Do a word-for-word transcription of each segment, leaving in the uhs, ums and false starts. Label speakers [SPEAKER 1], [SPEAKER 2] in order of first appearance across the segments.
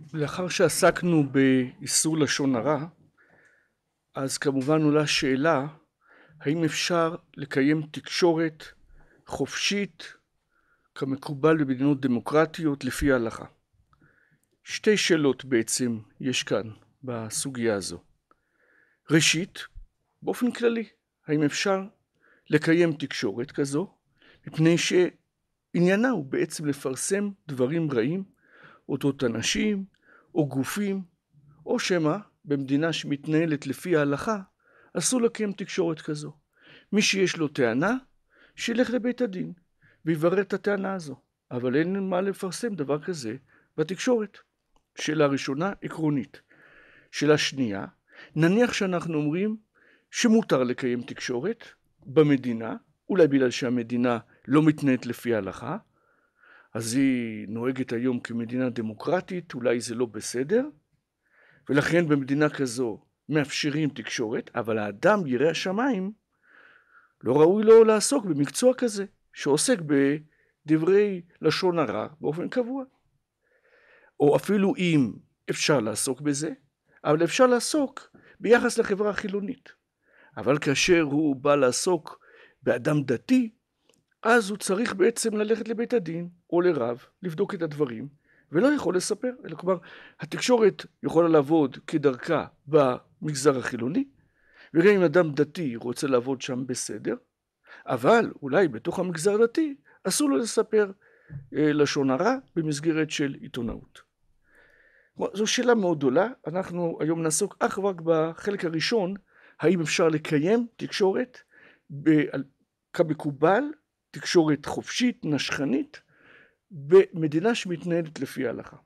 [SPEAKER 1] לאחר שעסקנו באיסור לשון הרע, אז כמובן עולה שאלה האם אפשר לקיים תקשורת חופשית כמקובל במדינות דמוקרטיות לפי ההלכה. שתי שאלות בעצם יש כאן בסוגיה הזו. ראשית, באופן כללי, האם אפשר לקיים תקשורת כזו, מפני שעניינה הוא בעצם לפרסם דברים רעים, אודות אנשים או גופים, או שמא במדינה שמתנהלת לפי ההלכה, אסור לקיים תקשורת כזו. מי שיש לו טענה, שילך לבית הדין ויברר את הטענה הזו, אבל אין מה לפרסם דבר כזה בתקשורת. שאלה ראשונה, עקרונית. שאלה שנייה, נניח שאנחנו אומרים שמותר לקיים תקשורת במדינה, אולי בגלל שהמדינה לא מתנהלת לפי ההלכה, אז היא נוהגת היום כמדינה דמוקרטית, אולי זה לא בסדר, ולכן במדינה כזו מאפשרים תקשורת, אבל האדם ירא השמיים לא ראוי לו לעסוק במקצוע כזה, שעוסק בדברי לשון הרע באופן קבוע. או אפילו אם אפשר לעסוק בזה, אבל אפשר לעסוק ביחס לחברה החילונית. אבל כאשר הוא בא לעסוק באדם דתי, אז הוא צריך בעצם ללכת לבית הדין או לרב, לבדוק את הדברים, ולא יכול לספר. אלא כלומר, התקשורת יכולה לעבוד כדרכה במגזר החילוני, וגם אם אדם דתי רוצה לעבוד שם בסדר, אבל אולי בתוך המגזר הדתי אסור לו לספר אה, לשון הרע במסגרת של עיתונאות. זו שאלה מאוד גדולה. אנחנו היום נעסוק אך ורק בחלק הראשון, האם אפשר לקיים תקשורת כמקובל, תקשורת חופשית, נשכנית, במדינה שמתנהלת לפי ההלכה.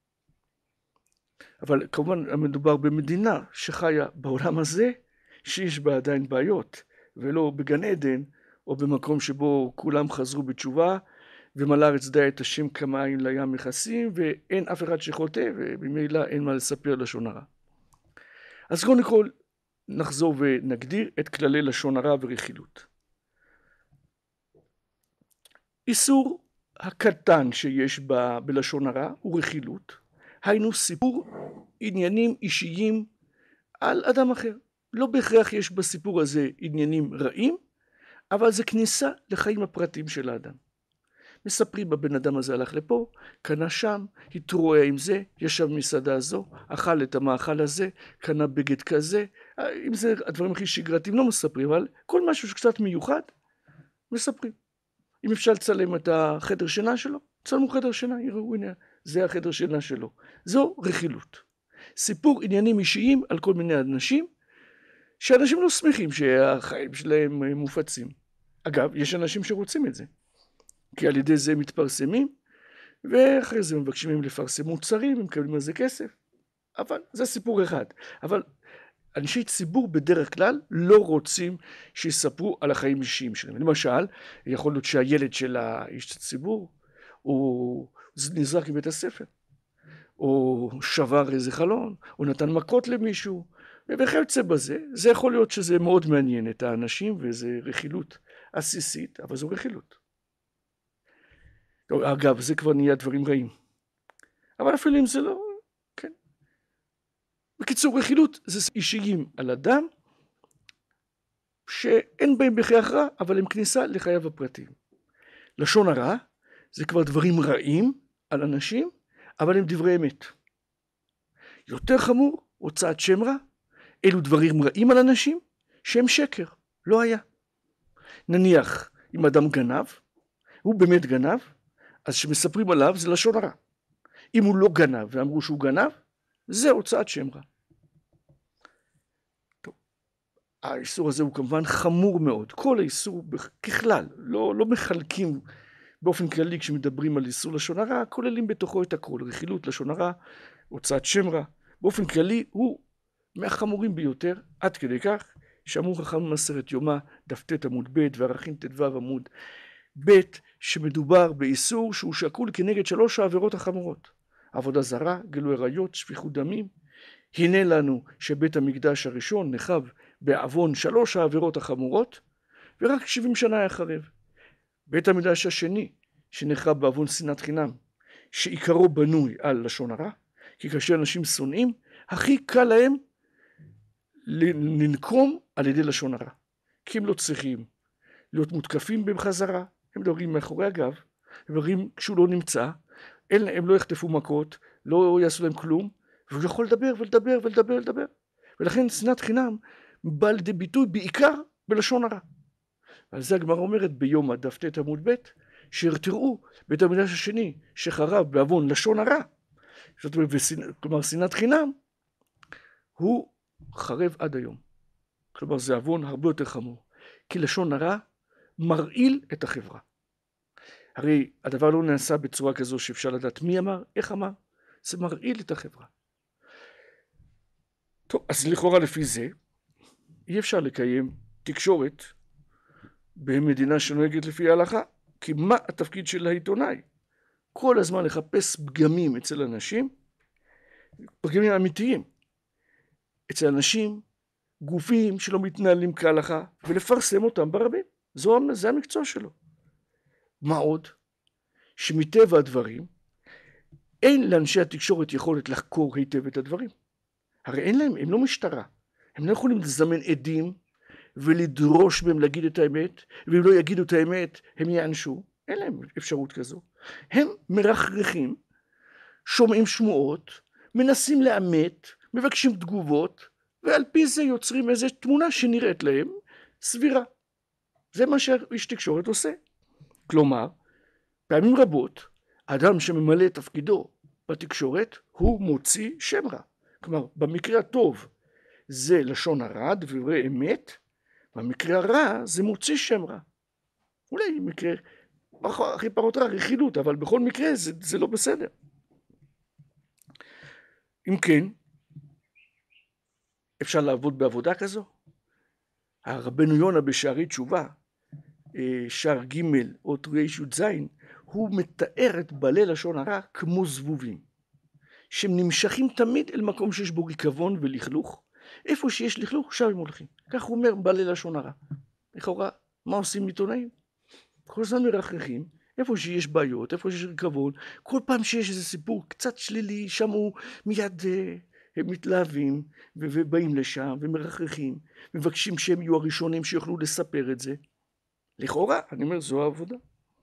[SPEAKER 1] אבל כמובן מדובר במדינה שחיה בעולם הזה, שיש בה עדיין בעיות, ולא בגן עדן, או במקום שבו כולם חזרו בתשובה, ומלא הארץ די את השם כמים לים מכסים, ואין אף אחד שחוטא, ובמילא אין מה לספר לשון הרע. אז קודם כל נחזור ונגדיר את כללי לשון הרע ורכילות. איסור הקטן שיש ב, בלשון הרע הוא רכילות, היינו סיפור עניינים אישיים על אדם אחר. לא בהכרח יש בסיפור הזה עניינים רעים, אבל זה כניסה לחיים הפרטיים של האדם. מספרים הבן אדם הזה הלך לפה, קנה שם, התרועע עם זה, ישב במסעדה הזו, אכל את המאכל הזה, קנה בגד כזה. אם זה הדברים הכי שגרתיים לא מספרים, אבל כל משהו שקצת מיוחד מספרים. אם אפשר לצלם את החדר שינה שלו, צלמו חדר שינה, יראו, הנה, זה החדר שינה שלו. זו רכילות. סיפור עניינים אישיים על כל מיני אנשים, שאנשים לא שמחים שהחיים שלהם מופצים. אגב, יש אנשים שרוצים את זה, כי על ידי זה מתפרסמים, ואחרי זה מבקשים הם לפרסם מוצרים, הם מקבלים על זה כסף. אבל זה סיפור אחד. אבל אנשי ציבור בדרך כלל לא רוצים שיספרו על החיים אישיים שלהם. למשל, יכול להיות שהילד של האיש ציבור הוא נזרק מבית הספר, או שבר איזה חלון, או נתן מכות למישהו, וכיוצא בזה. זה יכול להיות שזה מאוד מעניין את האנשים, וזה רכילות עסיסית, אבל זו רכילות. אגב, זה כבר נהיה דברים רעים. אבל אפילו אם זה לא, כן. בקיצור, רכילות זה אישיים על אדם, שאין בהם בכך רע, אבל הם כניסה לחייו הפרטיים. לשון הרע זה כבר דברים רעים על אנשים, אבל הם דברי אמת. יותר חמור, הוצאת שם רע, אלו דברים רעים על אנשים שהם שקר, לא היה. נניח, אם אדם גנב, הוא באמת גנב, אז שמספרים עליו זה לשון הרע. אם הוא לא גנב ואמרו שהוא גנב, זה הוצאת שם רע. טוב. האיסור הזה הוא כמובן חמור מאוד. כל האיסור ככלל, לא, לא מחלקים באופן כללי כשמדברים על איסור לשון הרע, כוללים בתוכו את הכל. רכילות, לשון הרע, הוצאת שם רע. באופן כללי הוא מהחמורים ביותר, עד כדי כך שאמרו חכמים במסכת יומא, דף ט' עמוד ב' וערכין ט"ו עמוד ב', שמדובר באיסור שהוא שקול כנגד שלוש העבירות החמורות. עבודה זרה, גילוי עריות, שפיכות דמים. הנה לנו שבית המקדש הראשון נחב בעוון שלוש העבירות החמורות, ורק שבעים שנה יחרב. בית המקדש השני שנחרב בעוון שנאת חינם, שעיקרו בנוי על לשון הרע, כי כאשר אנשים שונאים, הכי קל להם לנקום על ידי לשון הרע. כי הם לא צריכים להיות מותקפים בחזרה, הם מדברים מאחורי הגב, הם מדברים כשהוא לא נמצא, הם לא יחטפו מכות, לא יעשו להם כלום, והוא יכול לדבר ולדבר ולדבר ולדבר. ולכן שנאת חינם בא לידי ביטוי בעיקר בלשון הרע. על זה הגמרא אומרת ביום הדף ט' עמוד ב', שתראו בית המקדש השני שחרב בעוון לשון הרע, זאת אומרת, כלומר שנאת חינם, הוא חרב עד היום. כלומר זה עוון הרבה יותר חמור, כי לשון הרע מרעיל את החברה. הרי הדבר לא נעשה בצורה כזו שאפשר לדעת מי אמר, איך אמר, זה מרעיל את החברה. טוב, אז לכאורה לפי זה, אי אפשר לקיים תקשורת במדינה שנוהגת לפי ההלכה, כי מה התפקיד של העיתונאי? כל הזמן לחפש פגמים אצל אנשים, פגמים אמיתיים, אצל אנשים, גופים שלא מתנהלים כהלכה, ולפרסם אותם ברבים. זו, זה המקצוע שלו. מה עוד? שמטבע הדברים, אין לאנשי התקשורת יכולת לחקור היטב את הדברים. הרי אין להם, הם לא משטרה. הם לא יכולים לזמן עדים ולדרוש מהם להגיד את האמת, ואם לא יגידו את האמת, הם יענשו. אין להם אפשרות כזו. הם מרחרחים, שומעים שמועות, מנסים לאמת, מבקשים תגובות, ועל פי זה יוצרים איזו תמונה שנראית להם סבירה. זה מה שאיש תקשורת עושה. כלומר, פעמים רבות, האדם שממלא את תפקידו בתקשורת, הוא מוציא שם רע. כלומר, במקרה הטוב זה לשון הרע, דברי אמת, במקרה הרע זה מוציא שם רע. אולי מקרה הכי פחות רע, רכילות, אבל בכל מקרה זה, זה לא בסדר. אם כן, אפשר לעבוד בעבודה כזו? הרבנו יונה בשערי תשובה, שער ג' אות רי"ז, הוא מתאר את בעלי לשון הרע כמו זבובים, שהם נמשכים תמיד אל מקום שיש בו ריקבון ולכלוך. איפה שיש לכלוך, שם הם הולכים. כך הוא אומר בעלי לשון הרע. לכאורה, מה עושים עיתונאים? כל הזמן מרחרחים, איפה שיש בעיות, איפה שיש ריקבון, כל פעם שיש איזה סיפור קצת שלילי, שם הוא מיד הם מתלהבים ובאים לשם ומרחרחים, מבקשים שהם יהיו הראשונים שיוכלו לספר את זה. לכאורה, אני אומר, זו העבודה.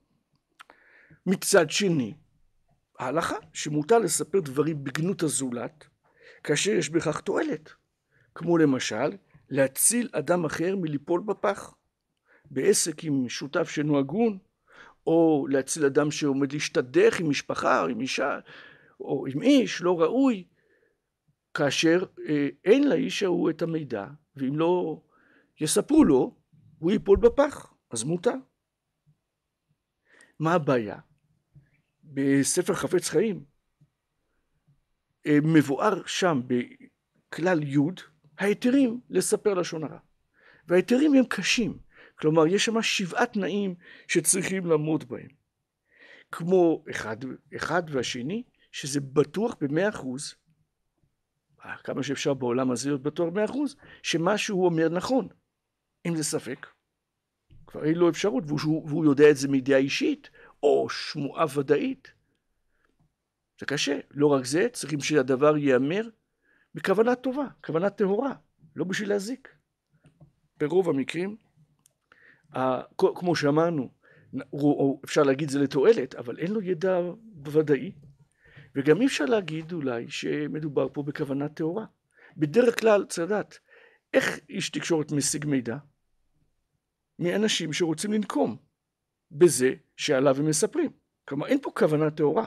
[SPEAKER 1] מצד שני, ההלכה שמותר לספר דברים בגנות הזולת, כאשר יש בכך תועלת, כמו למשל, להציל אדם אחר מליפול בפח, בעסק עם שותף שאינו הגון, או להציל אדם שעומד להשתדך עם משפחה או עם אישה, או עם איש לא ראוי, כאשר אה, אין לאיש ההוא את המידע, ואם לא יספרו לו, הוא ייפול בפח, אז מותר. מה הבעיה? בספר חפץ חיים, אה, מבואר שם בכלל י' ההיתרים לספר לשון הרע. וההיתרים הם קשים, כלומר יש שם שבעה תנאים שצריכים לעמוד בהם. כמו אחד, אחד והשני, שזה בטוח במאה אחוז, כמה שאפשר בעולם הזה להיות בטוח במאה אחוז, שמה שהוא אומר נכון. אם זה ספק, כבר אין לו אפשרות, והוא, והוא יודע את זה מידיעה אישית, או שמועה ודאית. זה קשה. לא רק זה, צריכים שהדבר ייאמר בכוונה טובה, כוונה טהורה, לא בשביל להזיק. ברוב המקרים, כמו שאמרנו, אפשר להגיד זה לתועלת, אבל אין לו ידע ודאי, וגם אי אפשר להגיד אולי שמדובר פה בכוונה טהורה. בדרך כלל צריך לדעת, איך איש תקשורת משיג מידע? מאנשים שרוצים לנקום בזה שעליו הם מספרים. כלומר, אין פה כוונה טהורה.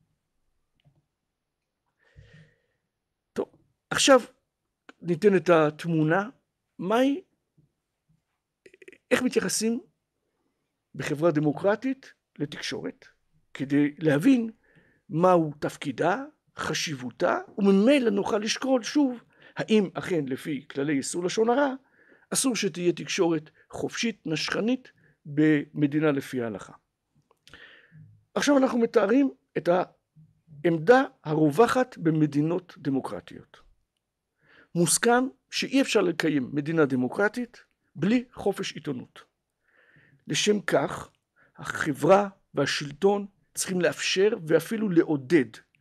[SPEAKER 1] טוב, עכשיו ניתן את התמונה, מהי, איך מתייחסים בחברה דמוקרטית לתקשורת, כדי להבין מהו תפקידה, חשיבותה, וממילא נוכל לשקול שוב, האם אכן לפי כללי איסור לשון הרע, אסור שתהיה תקשורת חופשית, נשכנית, במדינה לפי ההלכה. עכשיו אנחנו מתארים את העמדה הרווחת במדינות דמוקרטיות. מוסכם שאי אפשר לקיים מדינה דמוקרטית בלי חופש עיתונות. לשם כך, החברה והשלטון צריכים לאפשר ואפילו לעודד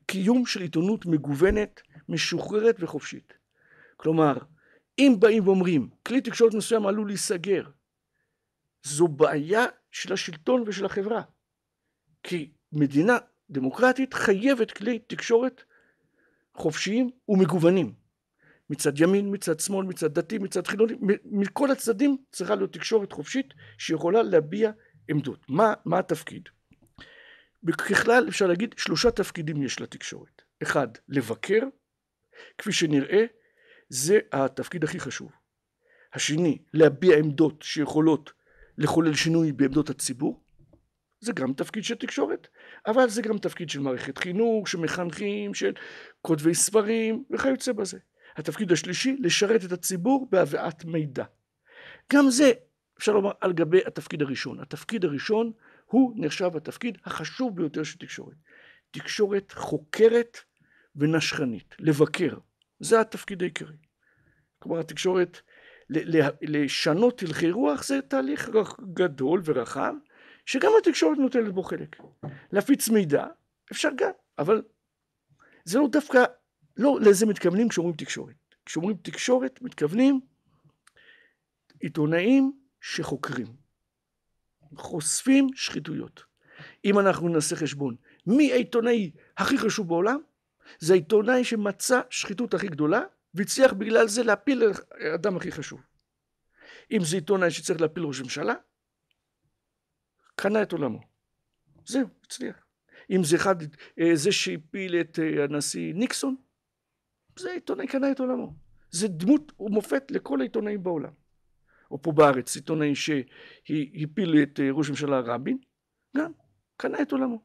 [SPEAKER 1] קיום של עיתונות מגוונת, משוחררת וחופשית. כלומר, אם באים ואומרים, כלי תקשורת מסוים עלול להיסגר, זו בעיה של השלטון ושל החברה. כי מדינה דמוקרטית חייבת כלי תקשורת חופשיים ומגוונים. מצד ימין, מצד שמאל, מצד דתי, מצד חילוני, מכל הצדדים צריכה להיות תקשורת חופשית שיכולה להביע עמדות. מה, מה התפקיד? בכלל אפשר להגיד שלושה תפקידים יש לתקשורת. אחד, לבקר, כפי שנראה, זה התפקיד הכי חשוב. השני, להביע עמדות שיכולות לחולל שינוי בעמדות הציבור. זה גם תפקיד של תקשורת, אבל זה גם תפקיד של מערכת חינוך, של מחנכים, של כותבי ספרים וכיוצא בזה. התפקיד השלישי, לשרת את הציבור בהבאת מידע. גם זה אפשר לומר על גבי התפקיד הראשון. התפקיד הראשון הוא נחשב התפקיד החשוב ביותר של תקשורת. תקשורת חוקרת ונשכנית, לבקר. זה התפקיד העיקרי. כלומר, התקשורת, לשנות הלכי רוח זה תהליך גדול ורחב, שגם התקשורת נוטלת בו חלק. להפיץ מידע, אפשר גם, אבל זה לא דווקא, לא לזה מתכוונים כשאומרים תקשורת. כשאומרים תקשורת, מתכוונים עיתונאים שחוקרים, חושפים שחיתויות. אם אנחנו נעשה חשבון, מי העיתונאי הכי חשוב בעולם? זה העיתונאי שמצא שחיתות הכי גדולה, והצליח בגלל זה להפיל האדם הכי חשוב. אם זה עיתונאי שצריך להפיל ראש ממשלה, קנה את עולמו. זהו, הצליח. אם זה אחד, זה שהפיל את הנשיא ניקסון, זה עיתונאי קנה את עולמו. זה דמות ומופת לכל העיתונאים בעולם. או פה בארץ, עיתונאי שהפיל את ראש ממשלה רבין, גם קנה את עולמו.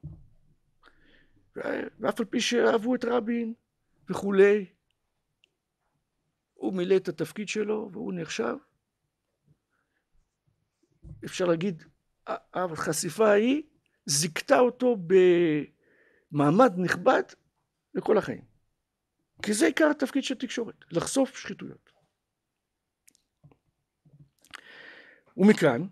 [SPEAKER 1] ואף על פי שאהבו את רבין וכולי, הוא מילא את התפקיד שלו והוא נחשב. אפשר להגיד, החשיפה ההיא זיקתה אותו במעמד נכבד לכל החיים. כי זה עיקר התפקיד של תקשורת, לחשוף שחיתויות. ומכאן,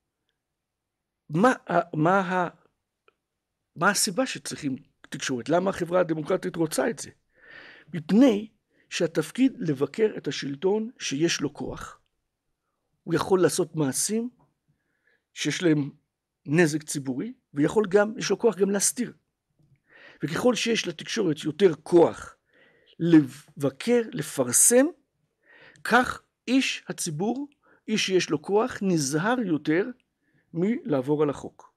[SPEAKER 1] מה, מה, מה הסיבה שצריכים תקשורת? למה החברה הדמוקרטית רוצה את זה? מפני שהתפקיד לבקר את השלטון שיש לו כוח. הוא יכול לעשות מעשים שיש להם נזק ציבורי, ויכול גם, יש לו כוח גם להסתיר. וככל שיש לתקשורת יותר כוח לבקר, לפרסם, כך איש הציבור, איש שיש לו כוח, נזהר יותר מלעבור על החוק.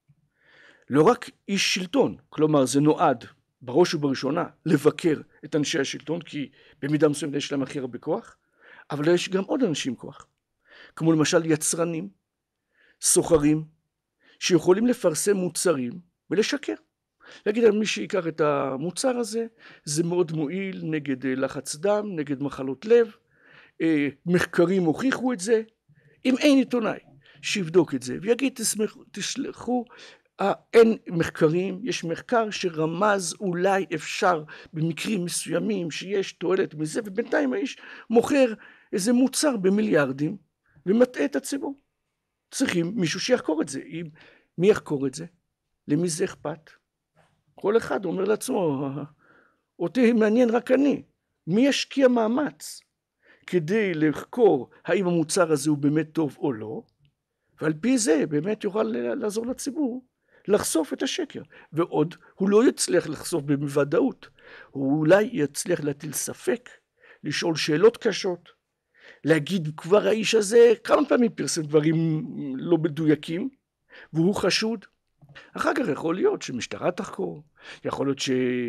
[SPEAKER 1] לא רק איש שלטון, כלומר זה נועד בראש ובראשונה לבקר את אנשי השלטון, כי במידה מסוימת יש להם הכי הרבה כוח, אבל יש גם עוד אנשים כוח, כמו למשל יצרנים, סוחרים, שיכולים לפרסם מוצרים ולשקר. להגיד על מי שיקח את המוצר הזה, זה מאוד מועיל נגד לחץ דם, נגד מחלות לב, מחקרים הוכיחו את זה. אם אין עיתונאי שיבדוק את זה ויגיד תשמחו, תשלחו, אה, אין מחקרים, יש מחקר שרמז אולי אפשר במקרים מסוימים שיש תועלת מזה, ובינתיים האיש מוכר איזה מוצר במיליארדים ומטעה את הציבור. צריכים מישהו שיחקור את זה. מי יחקור את זה? למי זה אכפת? כל אחד אומר לעצמו, אותי מעניין רק אני. מי ישקיע מאמץ כדי לחקור האם המוצר הזה הוא באמת טוב או לא, ועל פי זה באמת יוכל לעזור לציבור לחשוף את השקר. ועוד, הוא לא יצליח לחשוף בוודאות, הוא אולי יצליח להטיל ספק, לשאול שאלות קשות, להגיד כבר האיש הזה כמה פעמים פרסם דברים לא מדויקים, והוא חשוד. אחר כך יכול להיות שמשטרה תחקור, יכול להיות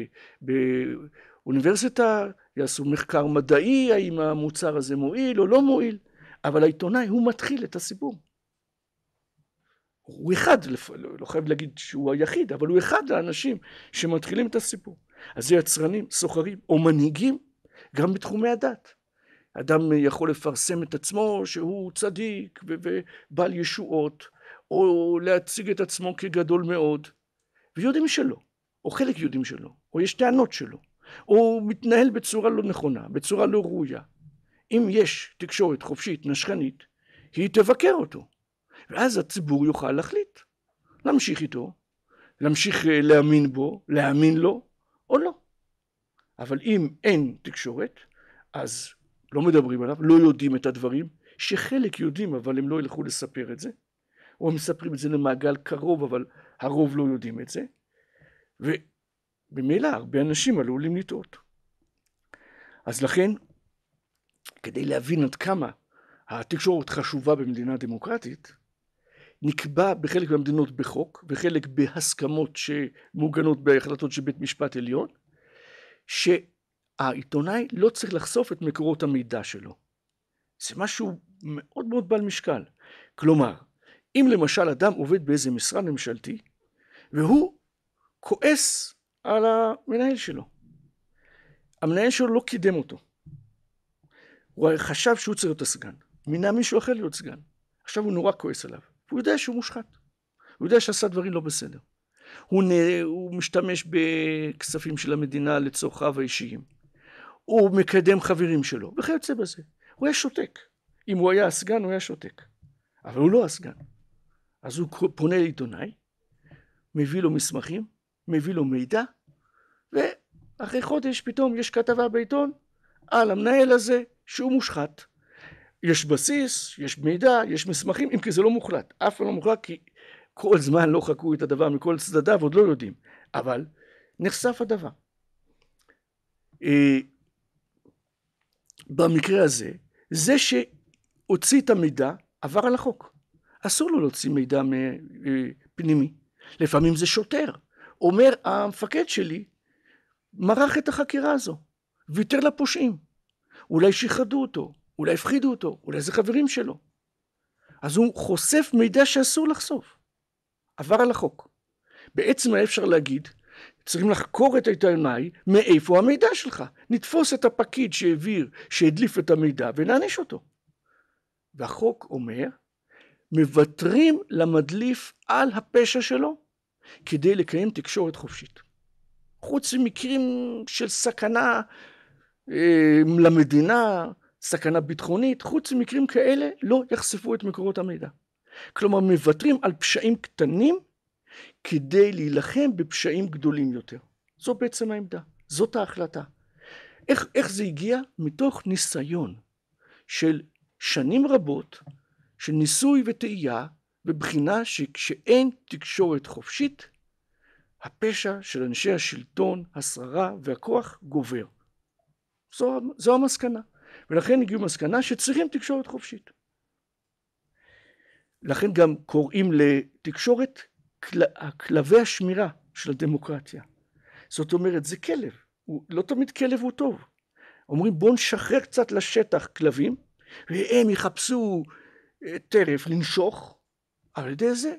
[SPEAKER 1] שבאוניברסיטה יעשו מחקר מדעי, האם המוצר הזה מועיל או לא מועיל, אבל העיתונאי הוא מתחיל את הסיפור. הוא אחד, לא חייב להגיד שהוא היחיד, אבל הוא אחד האנשים שמתחילים את הסיפור. אז זה יצרנים, סוחרים או מנהיגים, גם בתחומי הדת. אדם יכול לפרסם את עצמו שהוא צדיק ובעל ישועות, או להציג את עצמו כגדול מאוד, ויודעים שלא, או חלק יודעים שלא, או יש טענות שלו, או מתנהל בצורה לא נכונה, בצורה לא ראויה. אם יש תקשורת חופשית, נשכנית, היא תבקר אותו, ואז הציבור יוכל להחליט, להמשיך איתו, להמשיך להאמין בו, להאמין לו, או לא. אבל אם אין תקשורת, אז לא מדברים עליו, לא יודעים את הדברים, שחלק יודעים אבל הם לא ילכו לספר את זה, או הם מספרים את זה למעגל קרוב אבל הרוב לא יודעים את זה, ובמילא הרבה אנשים עלולים לטעות. אז לכן, כדי להבין עד כמה התקשורת חשובה במדינה דמוקרטית, נקבע בחלק מהמדינות בחוק, וחלק בהסכמות שמעוגנות בהחלטות של בית משפט עליון, שהעיתונאי לא צריך לחשוף את מקורות המידע שלו. זה משהו מאוד מאוד בעל משקל. כלומר, אם למשל אדם עובד באיזה משרד ממשלתי, והוא כועס על המנהל שלו. המנהל שלו לא קידם אותו. הוא חשב שהוא צריך להיות הסגן. מינה מישהו אחר להיות סגן. עכשיו הוא נורא כועס עליו. הוא יודע שהוא מושחת. הוא יודע שעשה דברים לא בסדר. הוא, נ... הוא משתמש בכספים של המדינה לצורכיו האישיים. הוא מקדם חברים שלו, וכיוצא בזה. הוא היה שותק. אם הוא היה הסגן, הוא היה שותק. אבל הוא לא הסגן. אז הוא פונה לעיתונאי, מביא לו מסמכים, מביא לו מידע, ואחרי חודש פתאום יש כתבה בעיתון על המנהל הזה שהוא מושחת. יש בסיס, יש מידע, יש מסמכים, אם כי זה לא מוחלט. אף פעם לא מוחלט, כי כל זמן לא חקרו את הדבר מכל צדדיו, עוד לא יודעים. אבל נחשף הדבר. במקרה הזה, זה שהוציא את המידע עבר על החוק. אסור לו להוציא מידע פנימי. לפעמים זה שוטר. אומר, המפקד שלי מרח את החקירה הזו, ויתר לפושעים. אולי שיחדו אותו, אולי הפחידו אותו, אולי זה חברים שלו. אז הוא חושף מידע שאסור לחשוף. עבר על החוק. בעצם היה אפשר להגיד, צריכים לחקור את העיתונאי, מאיפה המידע שלך. נתפוס את הפקיד שהעביר, שהדליף את המידע, ונעניש אותו. והחוק אומר, מבטרים למדליף על הפשע שלו, כדי לקיים תקשורת חופשית. חוץ ממקרים של סכנה אה, למדינה, סכנה ביטחונית, חוץ ממקרים כאלה, לא יחשפו את מקורות המידע. כלומר, מבטרים על פשעים קטנים, כדי להילחם בפשעים גדולים יותר. זו בעצם העמדה, זאת ההחלטה. איך, איך זה הגיע? מתוך ניסיון של שנים רבות, של ניסוי וטעייה, בבחינה שכשאין תקשורת חופשית, הפשע של אנשי השלטון, השררה והכוח גובר. זו, זו המסקנה. ולכן הגיעו מסקנה שצריכים תקשורת חופשית. לכן גם קוראים לתקשורת כל, כלבי השמירה של הדמוקרטיה. זאת אומרת, זה כלב. הוא, לא תמיד כלב הוא טוב. אומרים, בואו נשחרר קצת לשטח כלבים, והם יחפשו טרף לנשוך. על ידי זה,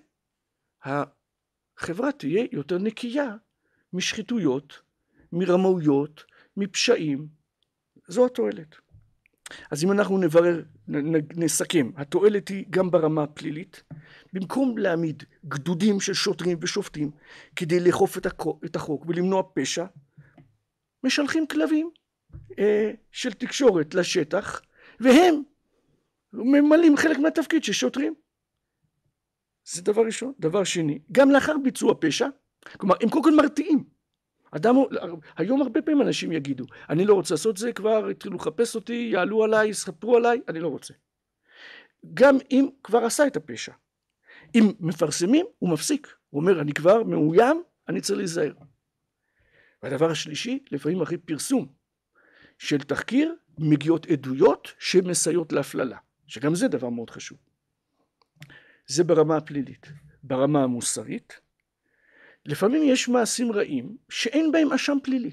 [SPEAKER 1] החברה תהיה יותר נקייה משחיתויות, מרמאויות, מפשעים. זו התועלת. אז אם אנחנו נברר, נסכם, התועלת היא גם ברמה הפלילית, במקום להעמיד גדודים של שוטרים ושופטים כדי לאכוף את החוק ולמנוע פשע, משלחים כלבים אה, של תקשורת לשטח, והם ממלאים חלק מהתפקיד של שוטרים. זה דבר ראשון. דבר שני, גם לאחר ביצוע פשע, כלומר, הם קודם כל מרתיעים. אדם, היום הרבה פעמים אנשים יגידו, אני לא רוצה לעשות זה, כבר התחילו לחפש אותי, יעלו עליי, יספרו עליי, אני לא רוצה. גם אם כבר עשה את הפשע. אם מפרסמים, הוא מפסיק. הוא אומר, אני כבר מאוים, אני צריך להיזהר. והדבר השלישי, לפעמים אחרי פרסום של תחקיר, מגיעות עדויות שמסייעות להפללה, שגם זה דבר מאוד חשוב. זה ברמה הפלילית. ברמה המוסרית, לפעמים יש מעשים רעים שאין בהם אשם פלילי.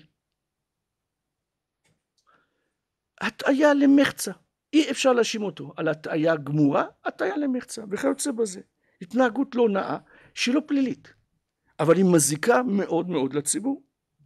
[SPEAKER 1] הטעיה למחצה, אי אפשר להאשים אותו על הטעיה גמורה, הטעיה למחצה, וכיוצא בזה. התנהגות לא נאה שהיא לא פלילית, אבל היא מזיקה מאוד מאוד לציבור.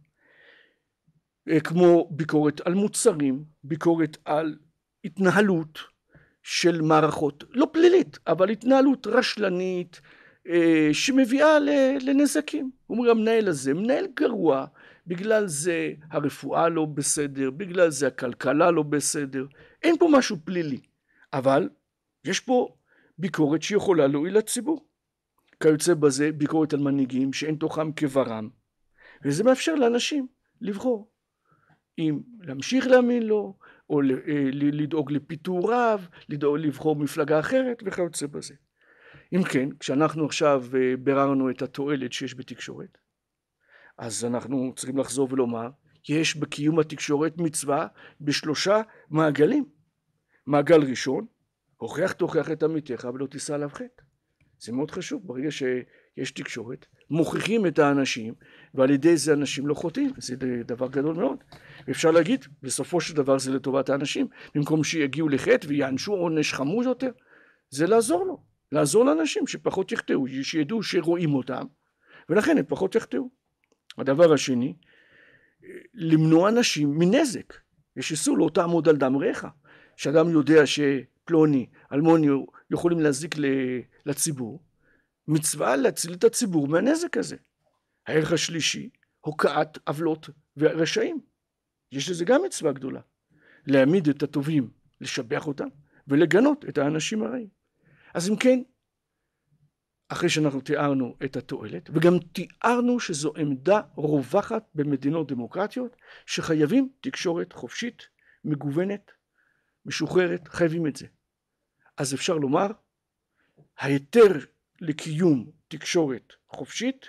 [SPEAKER 1] כמו ביקורת על מוצרים, ביקורת על התנהלות של מערכות, לא פלילית, אבל התנהלות רשלנית, שמביאה לנזקים. אומרים, המנהל הזה מנהל גרוע, בגלל זה הרפואה לא בסדר, בגלל זה הכלכלה לא בסדר, אין פה משהו פלילי, אבל יש פה ביקורת שיכולה להועיל לציבור. כיוצא בזה ביקורת על מנהיגים שאין תוכם כברם, וזה מאפשר לאנשים לבחור אם להמשיך להאמין לו, או לדאוג לפיטוריו, לדאוג לבחור מפלגה אחרת וכיוצא בזה. אם כן, כשאנחנו עכשיו ביררנו את התועלת שיש בתקשורת, אז אנחנו צריכים לחזור ולומר, יש בקיום התקשורת מצווה בשלושה מעגלים. מעגל ראשון, הוכיח תוכיח את עמיתך ולא תישא עליו חטא. זה מאוד חשוב, ברגע שיש תקשורת, מוכיחים את האנשים, ועל ידי זה אנשים לא חוטאים, זה דבר גדול מאוד. ואפשר להגיד, בסופו של דבר זה לטובת האנשים, במקום שיגיעו לחטא ויענשו עונש חמור יותר, זה לעזור לו, לעזור לאנשים שפחות יחטאו, שידעו שרואים אותם, ולכן הם פחות יחטאו. הדבר השני, למנוע אנשים מנזק. יש איסור לא תעמוד על דם רעך, שאדם יודע שפלוני, אלמוני יכולים להזיק לציבור, מצווה להציל את הציבור מהנזק הזה. הערך השלישי, הוקעת עוולות ורשעים. יש לזה גם מצווה גדולה. להעמיד את הטובים, לשבח אותם, ולגנות את האנשים הרעים. אז אם כן, אחרי שאנחנו תיארנו את התועלת, וגם תיארנו שזו עמדה רווחת במדינות דמוקרטיות, שחייבים תקשורת חופשית, מגוונת, משוחררת, חייבים את זה. אז אפשר לומר, ההיתר לקיום תקשורת חופשית,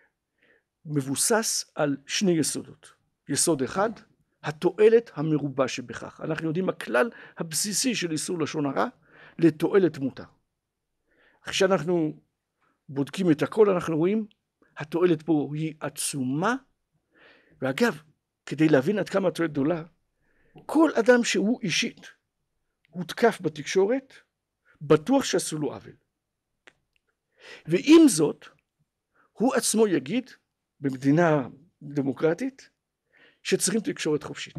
[SPEAKER 1] מבוסס על שני יסודות. יסוד אחד, התועלת המרובה שבכך. אנחנו יודעים הכלל הבסיסי של איסור לשון הרע, לתועלת מותר. כשאנחנו בודקים את הכל, אנחנו רואים, התועלת פה היא עצומה, ואגב, כדי להבין עד כמה התועלת גדולה, כל אדם שהוא אישית, הותקף בתקשורת, בטוח שעשו לו עוול. ועם זאת, הוא עצמו יגיד, במדינה דמוקרטית, שצריכים תקשורת חופשית.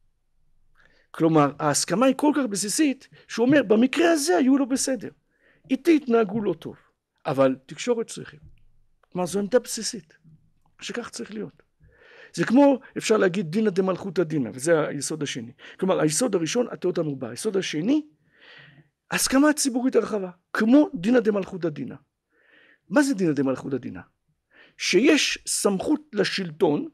[SPEAKER 1] כלומר, ההסכמה היא כל כך בסיסית, שהוא אומר, במקרה הזה היו לו בסדר. איתי התנהגו לא טוב, אבל תקשורת צריכים. כלומר, זו עמדה בסיסית, שכך צריך להיות. זה כמו, אפשר להגיד, דינא דמלכותא דינא, וזה היסוד השני. כלומר, היסוד הראשון, התיאות המרובה. היסוד השני, הסכמה ציבורית הרחבה, כמו דינא דמלכותא דינא. מה זה דינא דמלכותא דינא? שיש סמכות לשלטון,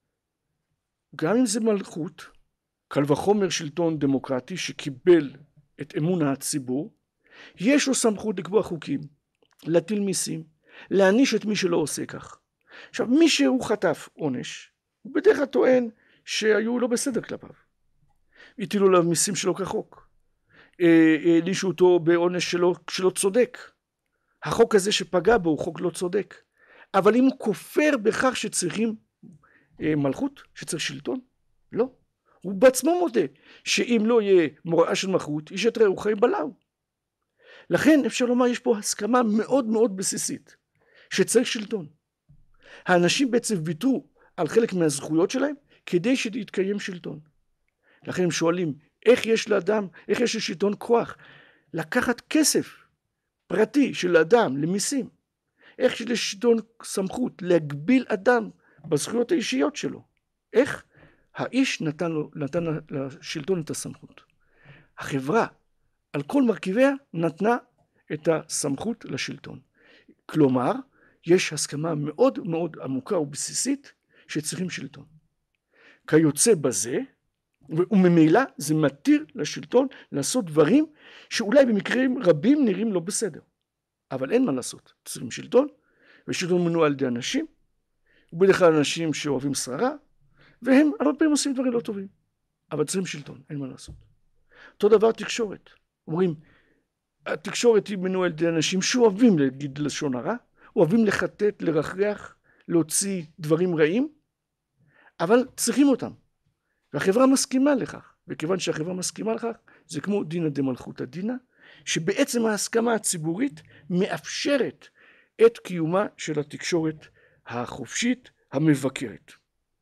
[SPEAKER 1] גם אם זה מלכות, קל וחומר שלטון דמוקרטי שקיבל את אמון הציבור, יש לו סמכות לקבוע חוקים, להטיל מיסים, להעניש את מי שלא עושה כך. עכשיו, מי שהוא חטף עונש, הוא בדרך כלל טוען שהיו לא בסדר כלפיו. הטילו עליו מיסים שלא כחוק. הענישו אותו בעונש שלא, שלא צודק. החוק הזה שפגע בו הוא חוק לא צודק. אבל אם הוא כופר בכך שצריכים מלכות, שצריך שלטון, לא. הוא בעצמו מודה שאם לא יהיה מוראה של מלכות, איש את רעהו חיים בלעו. לכן אפשר לומר, יש פה הסכמה מאוד מאוד בסיסית, שצריך שלטון. האנשים בעצם ויתרו על חלק מהזכויות שלהם, כדי שיתקיים שלטון. לכן הם שואלים, איך יש לאדם, איך יש לשלטון כוח, לקחת כסף פרטי של אדם למיסים? איך יש לשלטון סמכות להגביל אדם בזכויות האישיות שלו? איך? האיש נתן, לו, נתן לשלטון את הסמכות. החברה, על כל מרכיביה, נתנה את הסמכות לשלטון. כלומר, יש הסכמה מאוד מאוד עמוקה ובסיסית שצריכים שלטון. כיוצא בזה, וממילא זה מתיר לשלטון לעשות דברים שאולי במקרים רבים נראים לא בסדר. אבל אין מה לעשות, צריכים שלטון, ושלטון מנוע על ידי אנשים, ובדרך כלל אנשים שאוהבים שררה, והם הרבה פעמים עושים דברים לא טובים. אבל צריכים שלטון, אין מה לעשות. אותו דבר תקשורת. אומרים, התקשורת היא מנועה על ידי אנשים שאוהבים להגיד לשון הרע, אוהבים לחטט, לרחרח, להוציא דברים רעים, אבל צריכים אותם. והחברה מסכימה לכך, וכיוון שהחברה מסכימה לכך, זה כמו דינא דמלכותא דינא, שבעצם ההסכמה הציבורית מאפשרת את קיומה של התקשורת החופשית המבקרת.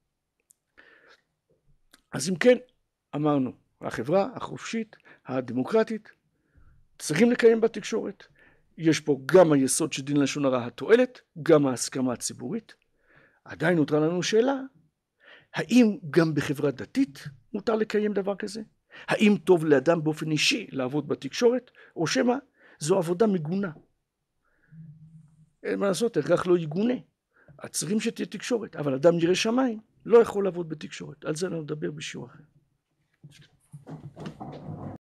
[SPEAKER 1] אז אם כן, אמרנו, החברה החופשית, הדמוקרטית, צריכים לקיים בתקשורת. יש פה גם היסוד של דין לשון הרע התועלת, גם ההסכמה הציבורית. עדיין נותרה לנו שאלה, האם גם בחברה דתית מותר לקיים דבר כזה? האם טוב לאדם באופן אישי לעבוד בתקשורת, או שמא זו עבודה מגונה? אין מה לעשות, הכרח לא יגונה. צריכים שתהיה תקשורת, אבל אדם ירא שמיים לא יכול לעבוד בתקשורת. על זה נדבר בשיעור אחר.